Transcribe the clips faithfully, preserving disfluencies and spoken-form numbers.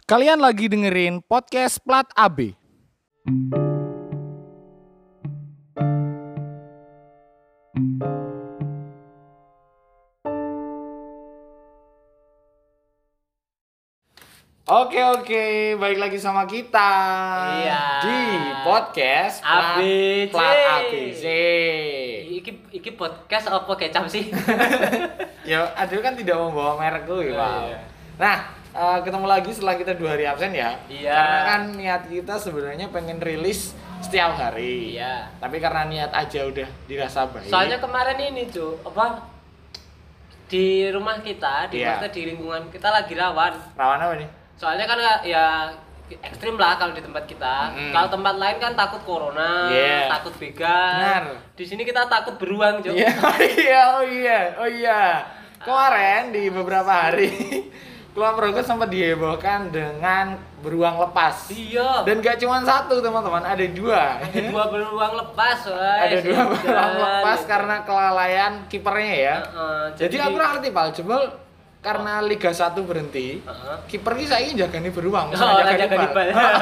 Kalian lagi dengerin podcast Plat A B. Oke oke, balik lagi sama kita Iya. di podcast A B C. Plat A B C. Iki iki podcast apa kecap sih? Ya, Adil kan tidak membawa merek gue, Oh, Pak. iya. Nah, uh, ketemu lagi setelah kita dua hari absen ya. Iya. Karena kan niat kita sebenarnya pengen rilis setiap hari. Iya. Tapi karena niat aja udah dirasa baik. Soalnya kemarin ini tuh apa di rumah kita, di Iya. maksudnya di lingkungan kita lagi rawan. rawan apa nih? Soalnya kan ya ekstrim lah kalau di tempat kita. Mm. Kalau tempat lain kan takut corona, Yeah. takut begal. Benar. Di sini kita takut beruang, Cuk. Iya, oh iya, oh iya, oh iya. Kemarin di beberapa hari Kulon Progo sempat dihebohkan dengan beruang lepas. Iya. Dan gak cuma satu teman-teman, ada dua. Ada dua beruang lepas, woy. Ada dua beruang Sialan. lepas karena kelalaian kipernya ya. Heeh, Jadi aku ora ngerti Pak, jebol karena Liga satu berhenti, Heeh. kiper ki saiki jagani beruang, Oh, sama raja jagani bal. kanibal.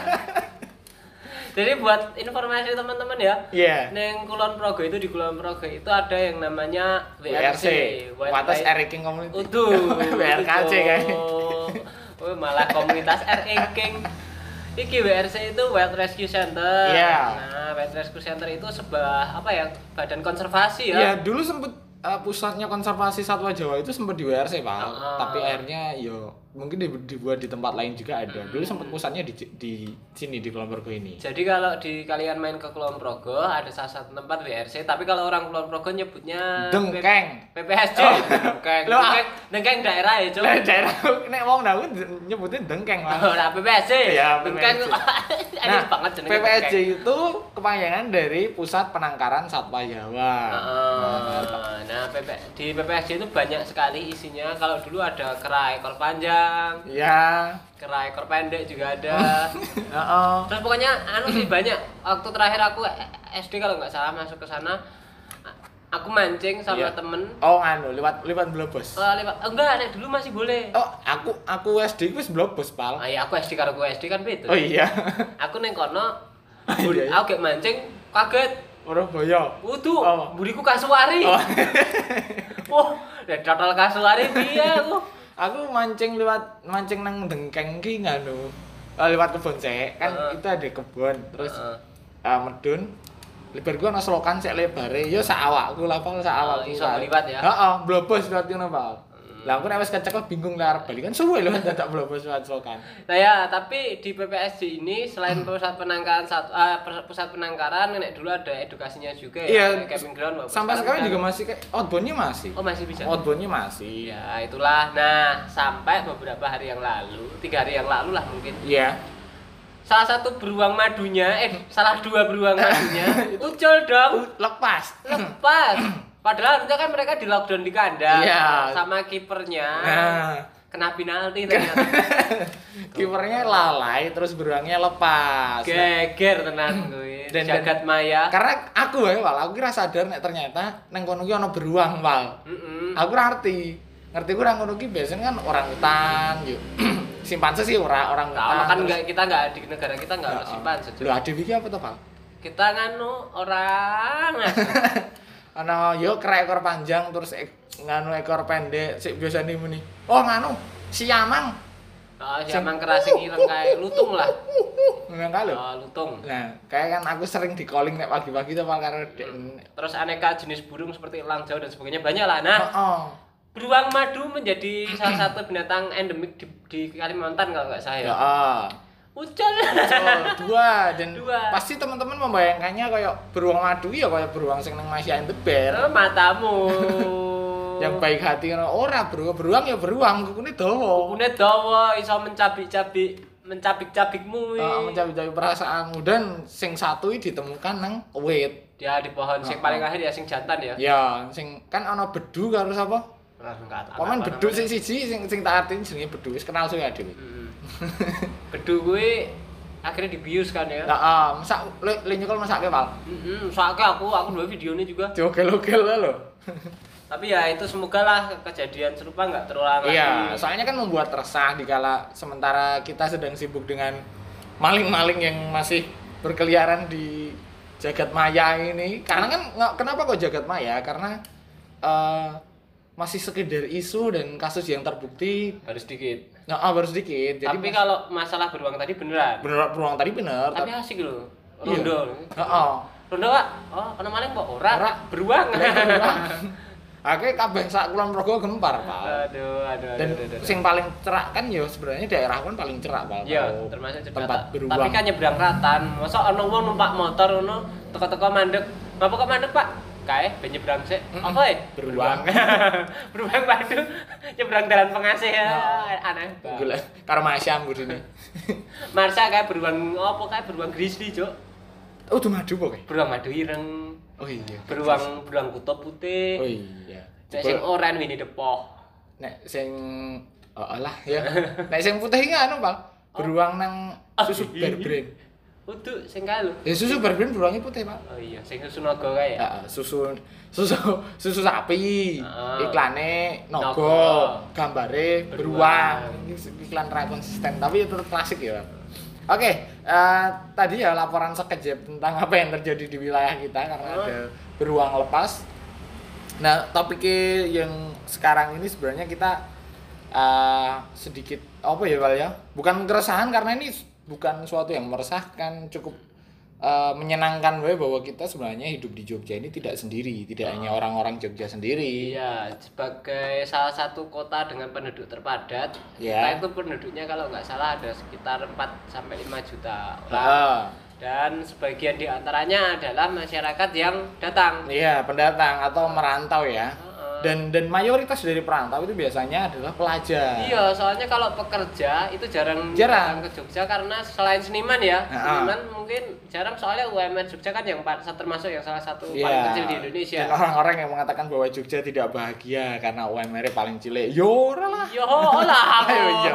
Jadi buat informasi teman-teman ya, Iya. neng Kulon Progo itu di Kulon Progo itu ada yang namanya W R C, Wates Ranking Community. Utuh, W R K C kayaknya. Oh, malah komunitas ranking. Iki W R C itu Wild Rescue Center. Iya. Nah, Wild Rescue Center itu sebuah apa ya, badan konservasi ya. Iya, dulu sempet uh, pusatnya konservasi satwa Jawa itu sempat di W R C Pak, Ah. tapi akhirnya yo mungkin di- dibuat di tempat lain juga ada. Dulu sempat pusatnya di di sini di Kulon Progo ini. Jadi kalau di kalian main ke Kulon Progo ada salah satu tempat W R C, tapi kalau orang Kulon Progo nyebutnya Dengkeng. P P S C. Oh. Dengkeng. Loh, ah. Dengkeng, Dengkeng daerah ya, Cuk. Lah daerah nek wong dahulu nyebutin dengkeng Pak. Oh, nah P P S C. Iya, Dengkeng. P P S C. Enak Nah, banget jenenge P P S C Dengkeng. itu kepanjangan dari Pusat Penangkaran Satwa Jawa. Heeh. Nah, P P di P P S C itu banyak sekali isinya. Kalau dulu ada kera ekor panjang, Ya. kera ekor pendek juga ada. Heeh. Terus pokoknya anu sih banyak. Waktu terakhir aku S D kalau nggak salah masuk ke sana, aku mancing sama Iya. temen. Oh nganu lewat lewat Blobos. Oh, lewat enggak, nek dulu masih boleh. Oh, aku aku S D wis Blobos, Pal. Ah ya aku S D karo gue S D kan beda. Oh iya. Aku neng kono, Iya, iya. aku kayak mancing, kaget. Surabaya. Wudu, Oh. buriku kasuari. Oh. Wah, nek total kasuari piye aku? Aku mancing lewat mancing nang Dengkeng ki nganu. eh, lewat kebun sek, kan Heeh. itu ada kebun, terus Heeh. eh, medun. Lebar gua ana selokan sek lebare, ya sak awakku lah, Pal, sak Oh, awakku. iso Pal. meliwat ya? Heeh, Blobos lewat ngono, Pal. Lah aku nek wis kecekel bingung lah arep bali kan suwe lho dadak Blobos lewat selokan. Nah ya, tapi di P P S C ini selain pusat penangkaran satu, ah, per- pusat penangkaran, nek dulu ada edukasinya juga Iya, ya, kayak camping ground. sampai sekarang kan- juga masih kayak outbound-nya masih. Oh masih bisa. Outbound-nya masih. Ya itulah. Nah sampai beberapa hari yang lalu, tiga hari yang lalu lah mungkin. Iya. Salah satu beruang madunya, eh salah dua beruang madunya muncul dong, Lepas. lepas. Padahal harusnya kan mereka di lockdown di kandang Iya. sama kipernya. Nah, Kena penalti ternyata. kipernya lalai terus beruangnya lepas. Nah, Geger tenan kuwi. Dan- Jagat maya. karena aku ya, Wal, aku kira sadar nek ternyata nang kono ki ana beruang, Wal. Heeh. Aku ora ngerti. Ngerti ku nang kono ki biasanya kan orang hutan, yuk. Simpanse sih ora orang Nah, hutan. kan terus- enggak kita enggak di negara kita enggak ada Heeh. simpan Lho, sejauh. ade iki apa to, Pal? Kita nganu orang Ana yo kera ekor panjang terus ek, nganu ekor pendek sik biasane muni. Oh, nganu siamang. Oh, siamang kerasing ireng kae lutung lah. Ngono kae lho. Oh, lutung. Nah, kayak kan aku sering di calling nek pagi-pagi tuh Pal karo dek. Terus aneka jenis burung seperti elang jawa dan sebagainya banyak lah. Nah, Heeh. beruang madu menjadi salah satu binatang endemik di, di Kalimantan kalau nggak salah ya. Heeh. Ucol. So, dua dan Dua. pasti teman-teman membayangkannya kayak beruang madu ya kayak beruang sing nang Masya and the Bear. Oh, matamu. Yang baik hati ngono ora beruang beruang ya beruang kukune dawa. Kukune dawa iso mencabik-cabik mencabik-cabikmu. Heeh, iki. mencapai perasaanmu dan sing satu iki ditemukan nang wit. Dia di pohon sing Oh, paling oh. akhir ya sing jantan ya. Ya, sing kan ana bedu karo sapa? Ora enggak tahu. Komen apa bedu namanya. sing siji sing sing tak artine jenenge bedu wis kenal suwe dhewe. Hmm. Bedu kuwi akhirnya dibius kan ya. Heeh, masak le, le nyekel masake Pal. Heeh, soalnya aku aku dua videonya juga. Diogel-ogel lah lho. Tapi ya itu semoga lah kejadian serupa nggak terulang Iya, lagi. soalnya kan membuat resah dikala sementara kita sedang sibuk dengan maling-maling yang masih berkeliaran di jagat maya ini. Karena kan nggak- kenapa kok jagat maya? Karena eh, masih sekedar isu dan kasus yang terbukti Harus sedikit. nggak ah, baru sedikit. Jadi Tapi mas- kalau masalah beruang tadi beneran. bener beruang tadi bener. Tapi Tapi asik loh. Iya. Rondo. Heeh. Rondo Pak. Oh, kena maling Pak. Ora. Ora. Beruang. Oke, kabeh sak Kulon Progo gempar, Pak. Aduh, aduh, Dan aduh, aduh, aduh. sing paling cerak kan ya sebenarnya daerah kan paling cerak, Pak. Iya, Kalau termasuk Jogja. tempat beruang. Tapi kan nyebrang ratan. Masa ana wong numpak motor ngono teko-teko mandek. Ngapa kok mandek, Pak? Kae ben nyebrang sik. Mm-mm. Apa ya? Beruang. Beruang padu nyebrang dalan pengasih ya. Nah. Aneh banget. Gila, karo Masyam ini. Marsha kayak beruang apa kayak beruang grizzly, Cuk. Oh, tuh madu pokoke. Beruang madu ireng. Oh iya. Beruang beruang kutub putih. Oh iya. Nek sing oren Winnie the Pooh. Nek sing oh alah ya. Nek sing putih iki anu, Pak. Beruang nang susu iya. Bear-Brand. Uduk sing kalu. Ya susu Bear-Brand beruangnya putih, Pak. Oh iya, sing susu naga kae ya. Ya, susu susu susu sapi. Heeh. Iklane Naga. naga, gambare Beruang. beruang. Ini iklan ra konsisten, tapi itu tetap klasik ya, Pak. Oke, eh, tadi ya laporan sekejap tentang apa yang terjadi di wilayah kita karena Oh. ada beruang lepas. Nah, topiknya yang sekarang ini sebenarnya kita eh, sedikit apa ya, Pak ya? Bukan keresahan karena ini bukan suatu yang meresahkan, cukup eh, menyenangkan wae bahwa kita sebenarnya hidup di Jogja ini tidak sendiri, tidak hanya orang-orang Jogja sendiri. Iya, sebagai salah satu kota dengan penduduk terpadat, Ya. kita itu penduduknya kalau nggak salah ada sekitar empat sampai lima juta orang. Ah, Dan sebagian di antaranya adalah masyarakat yang datang. iya, pendatang atau merantau ya. Heeh. Dan dan mayoritas dari perantau itu biasanya adalah pelajar. Iya, soalnya kalau pekerja itu jarang Jarang. datang ke Jogja karena selain seniman ya, Heeh. seniman mungkin jarang soalnya U M R Jogja kan yang pa- termasuk yang salah satu Iya. paling kecil di Indonesia. Dan orang-orang yang mengatakan bahwa Jogja tidak bahagia karena U M R-nya paling cilik. Yo ora lah. Yo lah. Ayo, iya.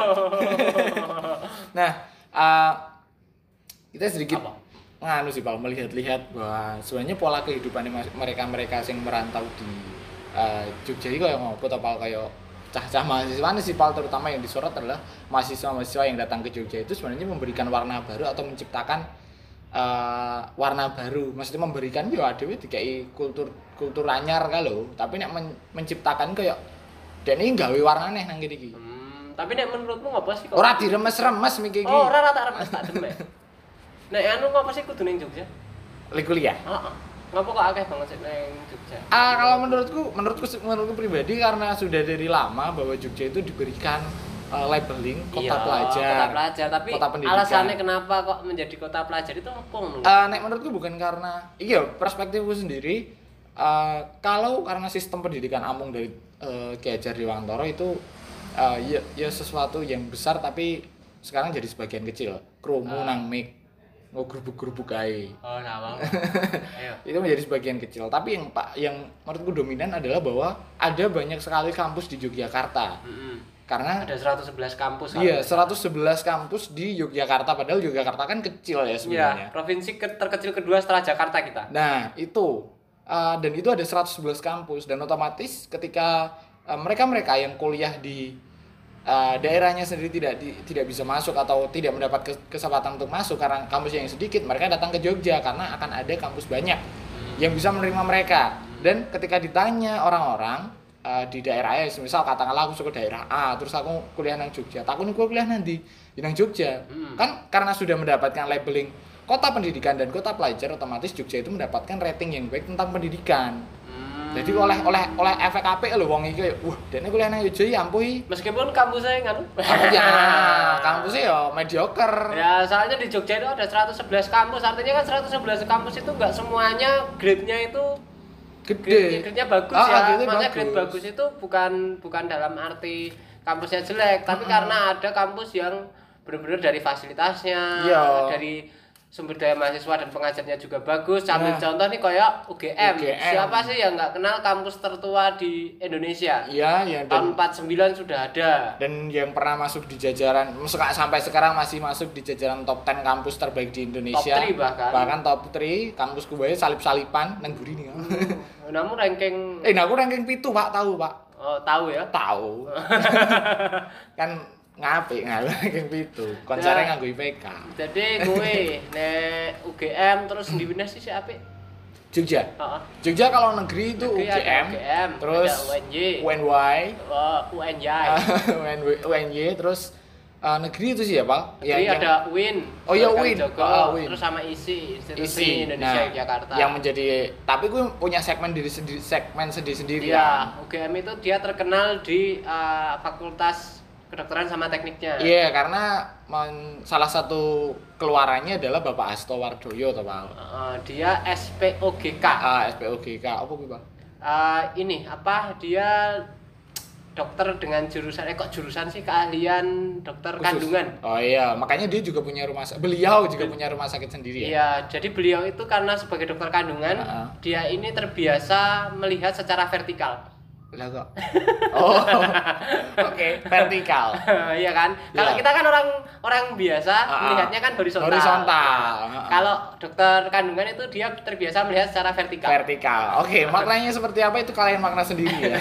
Nah, uh, kita sedikit Apa? nganu sih Pak, melihat-lihat bahwa sebenarnya pola kehidupan mereka-mereka yang merantau di uh, Jogja ini kayak ngopo ta Pak, kayak cah-cah mahasiswa nih sih Pak, terutama yang disorot adalah mahasiswa-mahasiswa yang datang ke Jogja itu sebenarnya memberikan warna baru atau menciptakan uh, warna baru. Maksudnya memberikan yo adewe dikai kultur kultur anyar kalau, tapi nek men- menciptakan kayak dan ini gawe warnane nang kene iki. Hmm, tapi nek menurutmu ngapa sih kok? Ora diremes-remes mikir iki. Oh, ora ora tak remes tak demek. Nek anu ngapa sih kudu ning Jogja? Lagi kuliah. Heeh. Ngapa kok akeh banget sih ning Jogja? Ah, kalau menurutku, menurutku menurutku pribadi karena sudah dari lama bahwa Jogja itu diberikan uh, labeling kota Iya, pelajar. Kota pelajar, tapi kota pendidikan. alasannya kenapa kok menjadi kota pelajar itu apa menurut? Uh, nek menurutku bukan karena iya perspektifku sendiri uh, kalau karena sistem pendidikan amung dari uh, Ki Hajar Dewantara itu uh, ya, ya sesuatu yang besar tapi sekarang jadi sebagian kecil. Kromo Ah. nang mik ngegrubuk-grubuk ae. Oh, nah, ayo. Itu menjadi sebagian kecil, tapi yang pak yang menurutku dominan adalah bahwa ada banyak sekali kampus di Yogyakarta Mm-mm. karena Ada seratus sebelas kampus. iya kan? seratus sebelas kampus di Yogyakarta, padahal Yogyakarta kan kecil ya Iya, sebenarnya. provinsi ke- terkecil kedua setelah Jakarta kita. Nah itu uh, dan itu ada seratus sebelas kampus dan otomatis ketika uh, mereka-mereka yang kuliah di uh, daerahnya sendiri tidak di, tidak bisa masuk atau tidak mendapat kes- kesempatan untuk masuk karena kampusnya yang sedikit, mereka datang ke Jogja karena akan ada kampus banyak yang bisa menerima mereka. Dan ketika ditanya orang-orang uh, di daerah A, misal katakanlah aku suka daerah A, terus aku kuliah nang Jogja, takut aku kuliah nanti di nang Jogja. Hmm. Kan karena sudah mendapatkan labeling kota pendidikan dan kota pelajar, otomatis Jogja itu mendapatkan rating yang baik tentang pendidikan. Hmm. Jadi oleh oleh oleh efek apik lho wong iki, wah dene kuliah nang Jogja ya ampun. Meskipun kampusnya nganu. Ya, kampusnya ya mediocre. Ya, soalnya di Jogja itu ada seratus sebelas kampus, artinya kan seratus sebelas kampus itu nggak semuanya grade-nya itu Gede. grade-nya bagus Ah, ya. grade-nya Makanya bagus. grade bagus itu bukan bukan dalam arti kampusnya jelek, tapi karena ada kampus yang benar-benar dari fasilitasnya, Iya. dari sumber daya mahasiswa dan pengajarnya juga bagus. Ambil Nah. contoh nih kayak U G M. U G M. Siapa sih yang nggak kenal kampus tertua di Indonesia? Iya, ya Tahun dan empat puluh sembilan sudah ada. dan yang pernah masuk di jajaran suka sampai sekarang masih masuk di jajaran top sepuluh kampus terbaik di Indonesia. Top tiga bahkan. Bahkan top tiga kampus Kubaya salip-salipan nang buri nih. Unamu ranking Eh, nah aku ranking pitu Pak, tahu Pak. oh, tahu ya? Tahu. Kan ngapik ngalah ranking pitu. Konsere nganggo I P K. Jadi kowe nek U G M terus ndi Winas sih apik? Jogja. Heeh. Jogja kalau negeri itu Negeri U G M, ada U G M, terus ada U N Y. U N Y, Oh, U N Y. U N Y, terus uh, negeri itu sih ya Pak. Jadi yang, ada U I N. Oh iya, U I N. Joko, Oh, U I N. terus sama I S I, Institusi isi Indonesia nah, Jakarta. Yang menjadi tapi gue punya segmen diri sendiri, segmen sendiri-sendiri Iya, kan. U G M itu dia terkenal di uh, Fakultas Kedokteran sama Tekniknya. Iya, yeah, karena men, salah satu keluarannya adalah Bapak Hasto Wardoyo toh Pak. Uh, dia S P O G K. Ah, S P O G K apa kuwi Pak? Uh, ini apa dia dokter dengan jurusan eh kok jurusan sih keahlian dokter Khusus. kandungan. Oh iya, makanya dia juga punya rumah sakit. Beliau juga punya rumah sakit sendiri ya. Iya, jadi beliau itu karena sebagai dokter kandungan, Uh-huh. dia ini terbiasa melihat secara vertikal. Lah kok. Oh. Oke, vertikal. Iya kan? Kalau Iya. kita kan orang orang biasa Uh-uh. melihatnya kan horizontal. Horizontal. Nah, Uh-uh. Kalau dokter kandungan itu dia terbiasa melihat secara vertikal. Vertikal. Oke, maknanya seperti apa itu kalian makna sendiri ya.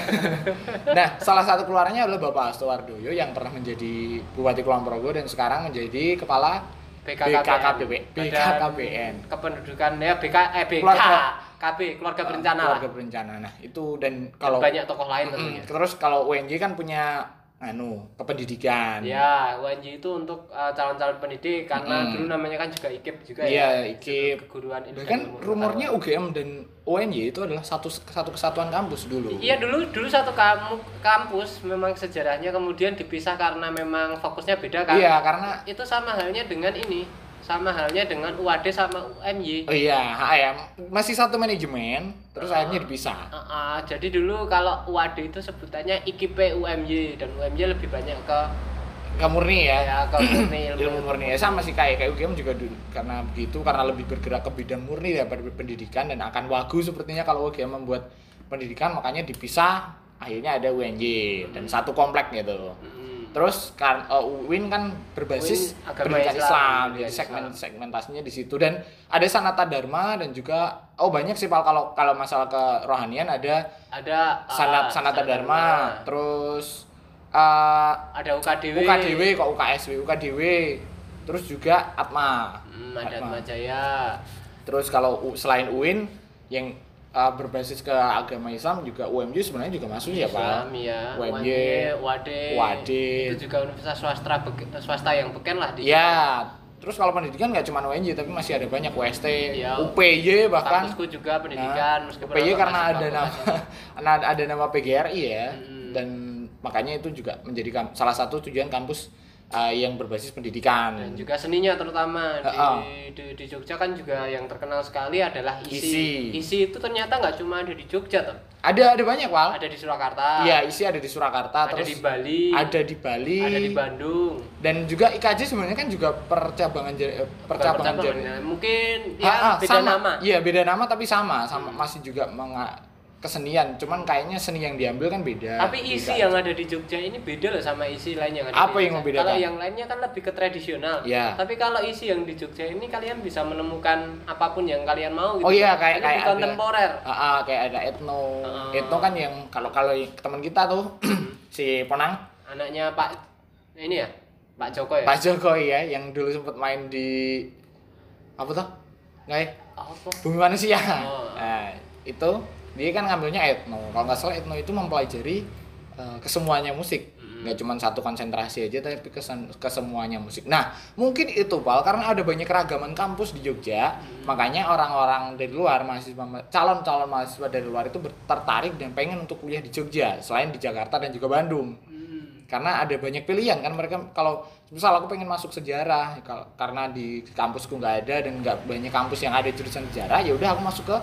Nah, salah satu keluarannya adalah Bapak Hasto Wardoyo yang pernah menjadi Bupati Kulon Progo dan sekarang menjadi kepala B K K B N. B K K B N. Kependudukan ya B K eh B K Keluarga. K B keluarga berencana. Keluarga berencana. Nah, itu dan kalau banyak tokoh lain Mm, tentunya. terus kalau U N Y kan punya anu, kependidikan. Ya, U N Y itu untuk uh, calon-calon pendidik karena Mm. dulu namanya kan juga I K I P juga Iya, ya. I K I P. Keguruan Ilmu Bahkan dan Ilmu rumornya Pengetahuan. U G M dan U N Y itu adalah satu satu kesatuan kampus dulu. Iya dulu dulu satu kamu, kampus memang sejarahnya kemudian dipisah karena memang fokusnya beda kan. Iya, karena Itu sama halnya dengan ini, sama halnya dengan U A D sama U M Y. oh iya, H M masih satu manajemen, terus Ah. akhirnya dipisah. Uh, uh, jadi dulu kalau U A D itu sebutannya I K I P U M Y dan U M Y lebih banyak ke Ke murni ya. ya ke murni ilmu, Ilmu murni ya sama sih kayak kayak U G M juga dulu karena begitu karena lebih bergerak ke bidang murni daripada pendidikan dan akan wagu sepertinya kalau U G M membuat pendidikan makanya dipisah akhirnya ada U N Y dan satu komplek gitu. Mm. Terus kan uh, U I N kan berbasis U I N agama pendidikan Islam, Islam, pendidikan jadi segmen Islam. segmentasinya di situ dan ada Sanata Dharma dan juga oh banyak sih Pak kalau kalau masalah kerohanian ada Ada uh, Sanat Sanata Dharma, terus uh, ada U K D W, U K D W kok U K S W, U K D W, terus juga Atma. Hmm, ada Atma. Atma Jaya. Terus kalau U- selain U I N yang uh, berbasis ke agama Islam juga U M Y sebenarnya juga masuk ya Islam Pak. ya, U M Y, U A D, U A D. itu juga universitas swasta beke- swasta yang beken lah di Ya, terus kalau pendidikan nggak cuma U N Y tapi masih ada banyak U S T, Ya, U P Y bahkan. kampusku juga pendidikan Nah, meskipun U P Y aku karena masih ada nama fakultas. ada, ada nama P G R I ya Hmm. dan makanya itu juga menjadi kam- salah satu tujuan kampus uh, yang berbasis pendidikan. Dan juga seninya terutama di, Heeh. di, di Jogja kan juga yang terkenal sekali adalah I S I. I S I. I S I itu ternyata nggak cuma ada di Jogja toh. Ada ada banyak Wal. Ada di Surakarta. Iya, isi ada di Surakarta, Ada terus di Bali. ada di Bali, Ada di Bandung. dan juga I K J sebenarnya kan juga percabangan jar- eh, percabangan Percabangan, jar- nah, mungkin Ah, ya ah, beda sama. nama. Iya, beda nama tapi sama, sama Hmm. masih juga menga- kesenian, cuman kayaknya seni yang diambil kan beda. Tapi di isi I K J. yang ada di Jogja ini beda loh sama isi lain yang ada Apa di yang Jogja. membedakan? Kalau yang lainnya kan lebih ke tradisional. Iya. Tapi kalau isi yang di Jogja ini kalian bisa menemukan apapun yang kalian mau gitu. Oh iya, kayak Ini kayak di ada- kontemporer. Ah, ah, kayak ada etno. Ah. Etno kan yang kalau kalau teman kita tuh si Ponang, Anaknya Pak ini ya, Pak Joko ya. Pak Jokowi ya, yang dulu sempat main di apa tuh? Nggak ya? Apa? Bumi Manusia. Oh. Nah, itu dia kan ngambilnya etno. Kalau nggak salah etno itu mempelajari uh, kesemuanya musik. Hmm. Nggak cuma satu konsentrasi aja tapi kesan, kesemuanya musik. Nah, mungkin itu Pal karena ada banyak keragaman kampus di Jogja, Hmm. makanya orang-orang dari luar mahasiswa calon-calon mahasiswa dari luar itu ber- tertarik dan pengen untuk kuliah di Jogja selain di Jakarta dan juga Bandung. Hmm. Karena ada banyak pilihan kan mereka kalau misal aku pengen masuk sejarah kalau karena di kampusku nggak ada dan nggak banyak kampus yang ada jurusan sejarah ya udah aku masuk ke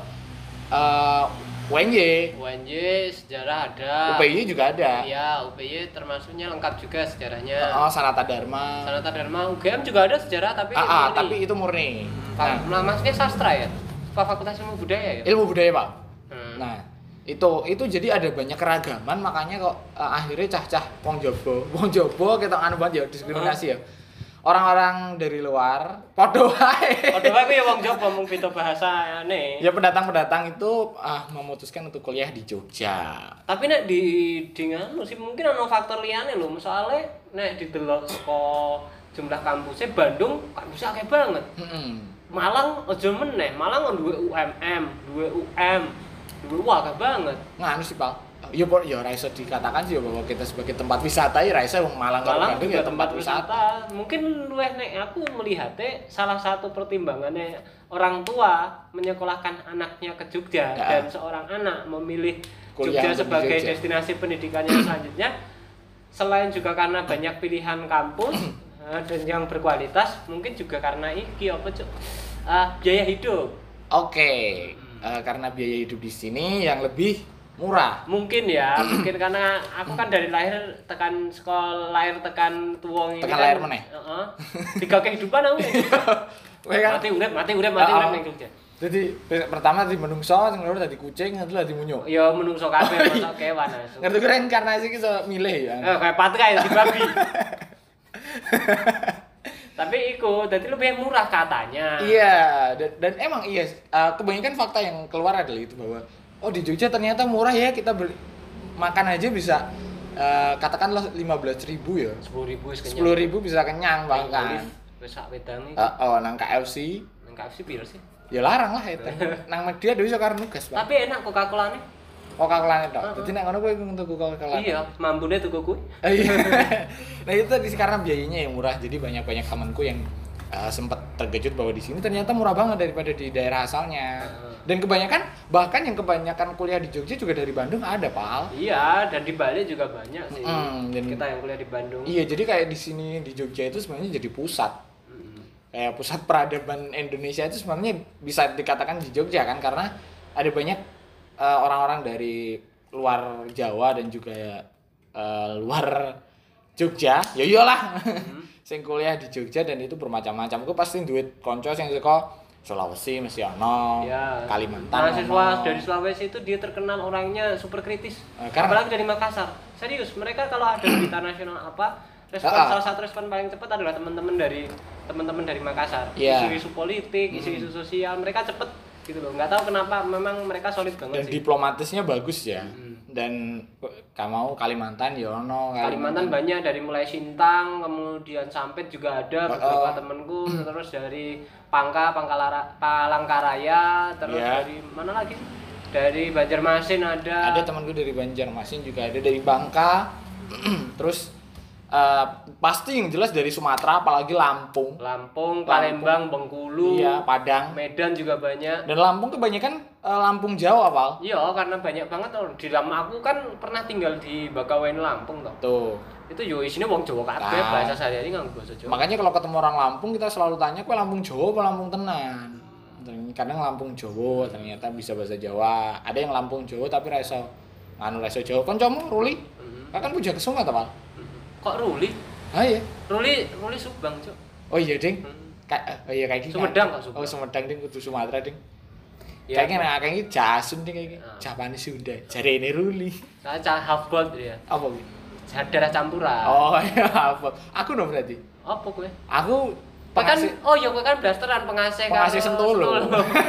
uh, U N Y, U N Y sejarah ada. U P Y juga ada. Iya, U P Y termasuknya lengkap juga sejarahnya. Oh, Sanata Dharma. Sanata Dharma, U G M juga ada sejarah tapi Ah, ah, murni. tapi itu murni. Nah, Nah, maksudnya sastra ya? Apa Fakultas Ilmu Budaya ya? ilmu budaya Pak. Hmm. Nah, itu itu jadi ada banyak keragaman makanya kok uh, akhirnya cah-cah wong Jobo, wong Jobo kita anu banget ya diskriminasi ya. orang-orang dari luar podo wae. Padha wae ya wong Jawa mung beda bahasane. Ya pendatang-pendatang itu ah memutuskan untuk kuliah di Jogja. Tapi nek di di nganu sih mungkin ana faktor liyane lho, misale nek didelok saka jumlah kampusnya Bandung kampusnya akeh banget. Heeh. Malang aja meneh, Malang duwe U M M, duwe U M, duwe wah akeh banget. Nganu sih, Pak. Ya po ya ora iso dikatakan sih ya bahwa kita sebagai tempat wisata ya ra iso wong Malang karo Malang Bandung juga ya tempat wisata. Mungkin luweh nek aku melihatnya salah satu pertimbangannya orang tua menyekolahkan anaknya ke Jogja Ya. dan seorang anak memilih Kuliah Jogja untuk di sebagai Jogja. destinasi pendidikannya selanjutnya. Selain juga karena banyak pilihan kampus eh, dan yang berkualitas, mungkin juga karena iki apa Cuk? Eh, biaya hidup. Oke. Eh, karena biaya hidup di sini yang lebih murah. Mungkin ya, mungkin karena aku kan dari lahir tekan sekolah lahir tekan tuwong ini Tekan kan. lahir meneh? Heeh. Tiga kehidupan aku. Kowe kan Mati urip, mati urip, mati Ah, urip ah. ning Jogja. jadi pe- pertama di menungso, sing loro dadi kucing, sing dadi munyo. Ya menungso kabeh mosok kewan asu. Ngerti ku reinkarnasi ki iso milih ya. Eh kayak pati kayak di babi. Tapi iku dadi lebih murah katanya. Iya, dan, dan emang iya eh, kebanyakan fakta yang keluar adalah itu bahwa oh di Jogja ternyata murah ya, kita beli makan aja bisa eh, katakanlah lima belas ribu ya. sepuluh ribu wis kenyang. sepuluh ribu bisa kenyang bahkan. Wis sak wedang iki. Eh, oh nang K F C Nang K F C piro sih? ya larang lah itu. Nang media dhewe iso karo nugas, Pak. Tapi enak Coca-Colane. Coca-Cola tok. Heeh. Dadi nek ngono kowe untuk Coca-Cola. Iya, mambune tuku kuwi. Eh, iya. Nah itu tadi karena biayanya yang murah, jadi banyak-banyak temanku yang uh, sempat terkejut bahwa di sini ternyata murah banget daripada di daerah asalnya. Dan kebanyakan bahkan yang kebanyakan kuliah di Jogja juga dari Bandung ada, Pal. Iya, dan di Bali juga banyak sih. Mm, dan- Kita yang kuliah di Bandung. Iya, jadi kayak di sini di Jogja itu sebenarnya jadi pusat. Mm. Kayak pusat peradaban Indonesia itu sebenarnya bisa dikatakan di Jogja kan, karena ada banyak uh, orang-orang dari luar Jawa dan juga uh, luar Jogja. Ya iyalah. Sing kuliah di Jogja dan itu bermacam-macam. Aku pasti duit konco sing saka Sulawesi mesti ono, Ya. Kalimantan Mahasiswa ono. dari Sulawesi itu dia terkenal orangnya super kritis. Eh, karena- Apalagi dari Makassar. Serius, mereka kalau ada berita nasional apa, respon Ah, ah. salah satu respon paling cepat adalah teman-teman dari teman-teman dari Makassar. Iya. Isu-isu politik, isu-isu sosial, mereka cepet gitu loh. Nggak tahu kenapa, memang mereka solid banget Dan sih. diplomatisnya bagus ya. Mm. Dan kamu Kalimantan ya ono. Kalimantan banyak dari mulai Sintang, kemudian Sampit juga ada beberapa Oh. temenku, terus dari Pangka, Pangkalara, Palangkaraya, terus Iya. dari mana lagi? Dari Banjarmasin ada. Ada temanku dari Banjarmasin juga ada dari Bangka. Terus eh, pasti yang jelas dari Sumatera apalagi Lampung. Lampung, Lampung. Palembang, Bengkulu, Iya, Padang. Medan juga banyak. Dan Lampung kebanyakan eh, Lampung Jawa, Pal. Iya, karena banyak banget tuh. Di lama aku kan pernah tinggal di Bakawen Lampung toh. Tuh. Itu yo isinya wong Jawa kabeh, Nah. bahasa sehari-hari nganggo bahasa Jawa. Makanya kalau ketemu orang Lampung kita selalu tanya, "Kowe Lampung Jawa apa Lampung tenan?" Kadang Lampung Jawa ternyata bisa bahasa Jawa. Ada yang Lampung Jawa tapi ra iso nganu ra iso Jawa. Kancamu Ruli? Mhm. Kan puja kesung ta, Pal? Kok Ruli? Ah iya. Ruli, Ruli Subang, Cuk. Oh iya, Ding. Hmm. Kayak oh iya kayak gini. Sumedang kok, Sumedang. Oh, Sumedang Ding kudu Sumatera, Ding. Ya, Kayaknya nah kayak gini Jasun Ding kayak gini. Ah. Japane Sunda. Jare ini Ruli. saya cah half blood ya. Apa kuwi? Darah campuran. Oh iya, apa? Aku dong berarti. Apa kowe? Aku Kowe kan pengasih oh iya kowe kan blasteran pengasih pengasih Sentolo.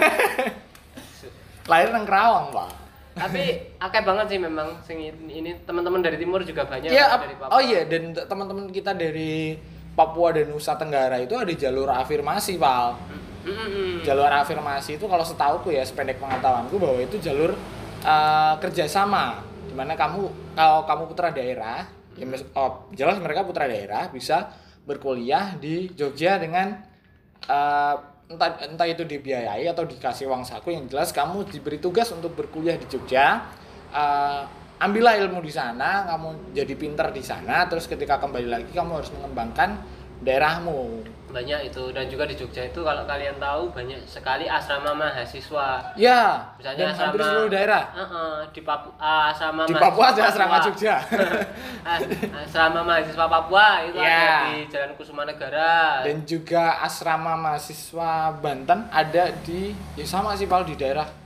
Lahir nang Kerawang, Pak. Tapi akeh banget sih memang sing ini teman-teman dari timur juga banyak Iya, dari Papua. oh iya, dan t- teman-teman kita dari Papua dan Nusa Tenggara itu ada jalur afirmasi, Pal. Mm-mm. Jalur afirmasi itu kalau setauku ya, sependek pengetahuanku bahwa itu jalur uh, kerjasama, dimana kamu kalau kamu putra daerah, ya mes- oh, jelas mereka putra daerah bisa berkuliah di Jogja dengan uh, entah entah itu dibiayai atau dikasih uang saku, yang jelas kamu diberi tugas untuk berkuliah di Jogja. Uh, ambillah ilmu di sana, kamu jadi pinter di sana, terus ketika kembali lagi kamu harus mengembangkan daerahmu. Banyak itu, dan juga di Jogja itu kalau kalian tahu banyak sekali asrama mahasiswa. Ya, Misalnya dan hampir asrama- seluruh daerah. Heeh, di Papua asrama Di mahasiswa Papua ada asrama Jogja. As- asrama mahasiswa Papua itu Ya. ada di Jalan Kusuma Negara. Dan juga asrama mahasiswa Banten ada di ya sama sih Pal di daerah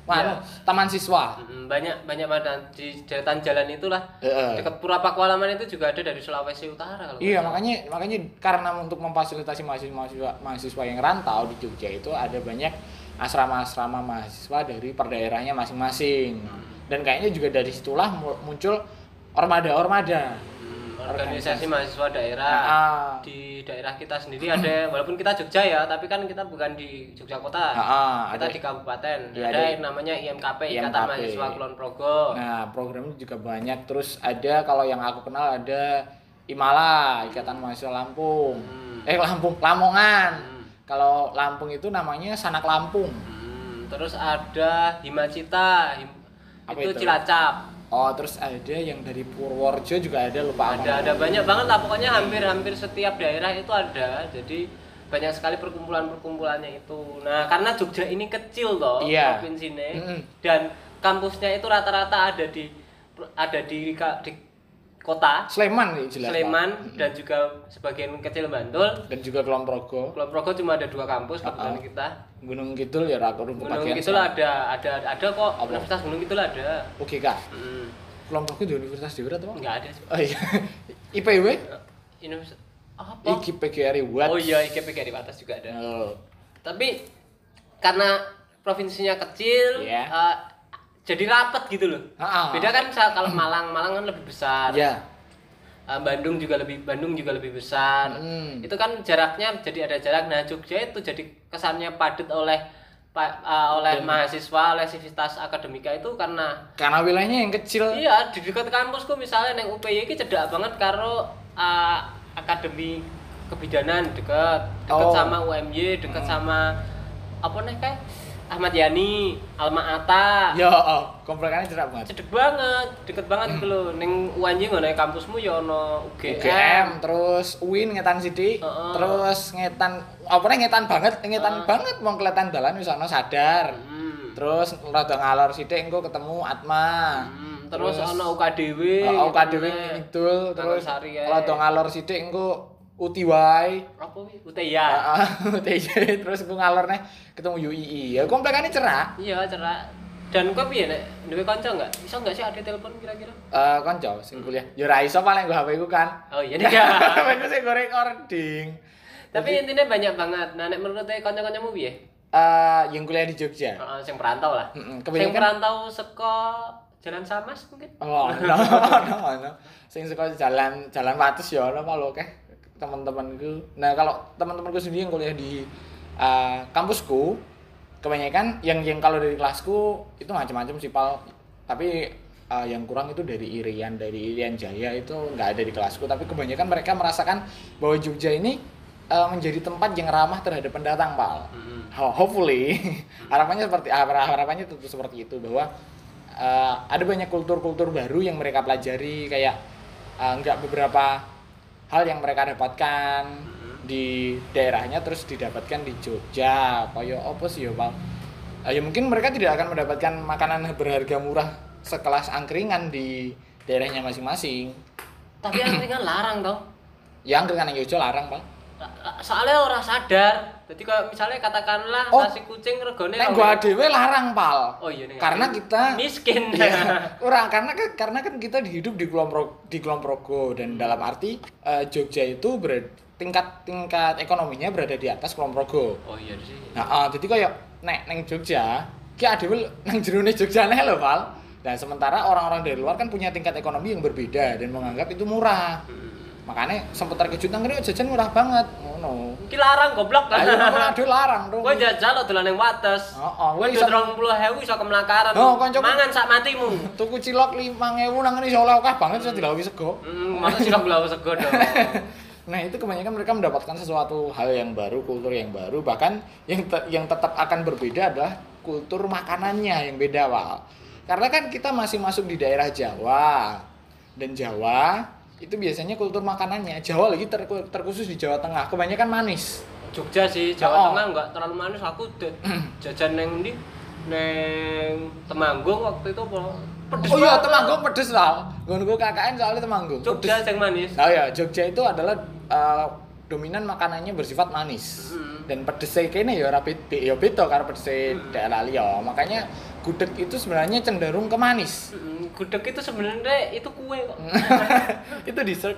Mana? Taman siswa. Mm, banyak banyak mana di deretan jalan itulah. Heeh. Dekat Pura Pakualaman itu juga ada dari Sulawesi Utara kalau Iya, nggak salah. makanya makanya karena untuk memfasilitasi mahasiswa mahasiswa yang rantau di Jogja itu ada banyak asrama-asrama mahasiswa dari per daerahnya masing-masing. Dan kayaknya juga dari situlah mu- muncul ormada-ormada. Hmm, organisasi mahasiswa daerah. Ah. Di daerah kita sendiri ada, walaupun kita Jogja ya, tapi kan kita bukan di Jogja kota. Ah, kita ada- di kabupaten. Iya, ada ada- yang namanya I M K P, I M K P. Ikatan Mahasiswa Kulon Progo. Nah, programnya juga banyak. Terus ada kalau yang aku kenal ada Imala, Ikatan Mahasiswa Lampung. Hmm. Eh, Lampung, Lamongan. Hmm. Kalau Lampung itu namanya Sanak Lampung. Hmm, terus ada Himacita, Him- Apa itu, itu? Cilacap. Oh, terus ada yang dari Purworejo juga ada, lupa apa. Ada ada banyak banget lah, pokoknya hampir-hampir setiap daerah itu ada. Jadi banyak sekali perkumpulan-perkumpulannya itu. Nah, karena Jogja ini kecil loh, Iya. provinsi ini, Mm-mm. dan kampusnya itu rata-rata ada di ada di, di kota Sleman nih jelas. Sleman Pak. dan juga sebagian kecil Bantul. Dan juga Kulon Progo. Kulon Progo cuma ada dua kampus kebetulan Uh-uh. kita. Gunung Kidul ya aku Gunung kebagian Kidul sama. ada ada ada kok, Apa? Universitas Gunung Kidul ada. Oke, Kak. Hmm, Kulon Progo di Universitas Dewa atau apa? enggak ada. Oh iya. I P W? Universitas apa? I G P G R I Watt. Oh iya, I G P G di atas juga ada. Oh. Tapi karena provinsinya kecil, Iya. eh, jadi rapat gitu loh. Ha-ha. Beda kan sa- kalau Malang, Malang kan lebih besar. Ya. Eh, Bandung juga lebih Bandung juga lebih besar. Hmm. Itu kan jaraknya jadi ada jarak. Nah, Jogja itu jadi kesannya padat oleh pa- eh, oleh Dan- mahasiswa, oleh sivitas akademika itu karena Karena wilayahnya yang kecil. iya di dekat kampusku misalnya neng U P Y ini cedak banget karo eh, akademi kebidanan dekat dekat Oh. sama U M Y, dekat Hmm. sama apa nih kayak Ahmad Yani, Alma Ata. Ya, oh, komplekannya cerak banget. Cedek banget, deket banget gitu loh. Neng U N Y ngono kampusmu ya ono U G M. U G M, terus U I N ngetan sithik, Heeh. terus ngetan apa nih ngetan banget, ngetan Heeh. banget mau kelihatan dalan wis ana sadar. Hmm. Terus rada ngalor sithik engko ketemu Atma. Hmm, terus ono U K D W. Heeh, U K D W gitu, ngidul, terus Sari ae. rada ngalor sithik engko U T Y. apa wi? U T I A. Heeh, U T Y terus engko ngalor nih ketemu U I I. Ya komplekannya cerak. Iya, cerak. Dan kok piye nek duwe kanca enggak? Iso enggak sih ada telepon kira-kira? Eh kanca sing kuliah. Ya ora iso paling nggo H P ku kan. Oh iya nih. Ya. H P ku sing go recording. Tapi intinya banyak banget. Nah, nek menurut kanca-kancamu piye? Eh yang kuliah di Jogja. Heeh, sing perantau lah. Heeh, Sing kebanyakan perantau saka Jalan Samas mungkin. oh, no, no, no. Sing sekolah jalan jalan Wates ya ono malu oke teman-temanku. Nah, kalau teman-temanku sendiri yang kuliah di eh, kampusku kebanyakan yang yang kalau dari kelasku itu macam-macam sih Pal. Tapi eh, yang kurang itu dari Irian, dari Irian Jaya itu nggak ada di kelasku, tapi kebanyakan mereka merasakan bahwa Jogja ini eh, menjadi tempat yang ramah terhadap pendatang, Pal. Mm-hmm. Ho- Hopefully harapannya seperti harapannya tentu seperti itu bahwa eh, ada banyak kultur-kultur baru yang mereka pelajari kayak eh, nggak beberapa hal yang mereka dapatkan di daerahnya terus didapatkan di Jogja. Kayak apa sih ya, Pak? Eh, ya mungkin mereka tidak akan mendapatkan makanan berharga murah sekelas angkringan di daerahnya masing-masing. Tapi angkringan larang toh. Ya angkringan yang Jogja larang, Pak. Soalnya orang sadar. Jadi kalau misalnya katakanlah Oh, nasi kucing regane Nek gua dhewe larang, Pal. Oh iya nih. Karena kita miskin. ya, kurang karena kan karena kan kita hidup di Kulon Pro- di Kulon Progo dan dalam arti eh, Jogja itu ber, tingkat tingkat ekonominya berada di atas Kulon Progo. Oh iya sih. Nah, eh, jadi kayak nek neng Jogja, ki adewe nang jerone Jogja neh lho, Pal. Dan sementara orang-orang dari luar kan punya tingkat ekonomi yang berbeda dan menganggap itu murah. Makanya sempat terkejut nang kene jajan murah banget. Ngono. Iki larang goblok kan. Ayo nang ade larang dong. Kowe jajal lo dolan ning Wates. Heeh, Kowe kowe iso iso tiga puluh ribu iso kemlakaran. Oh, kancaku- Mangan sak matimu. tuku cilok lima ribu nang kene iso oleh akeh banget iso dilawi sego. Hmm, masa sih belawa sego dong. Nah, itu kebanyakan mereka mendapatkan sesuatu hal yang baru, kultur yang baru, bahkan yang te- yang tetap akan berbeda adalah kultur makanannya yang beda, Pak. Karena kan kita masih masuk di daerah Jawa. Dan Jawa itu biasanya kultur makanannya Jawa lagi ter- terkhusus di Jawa Tengah, kebanyakan manis. Jogja sih, Jawa Oh. Tengah enggak terlalu manis. Aku de- jajan neng ndi? Neng Temanggung waktu itu apa? Pedes Oh iya, banget. Temanggung pedes lah. Nggonku K K N soalnya Temanggung. Jogja yang manis. Nah ya, Jogja itu adalah uh, dominan makanannya bersifat manis. Hmm. Dan pedesnya kene ya ora beda ya beda karo pedesnya Hmm. daerah liya. Makanya gudeg itu sebenarnya cenderung ke manis. Mm, gudeg itu sebenarnya itu kue kok. Itu dessert.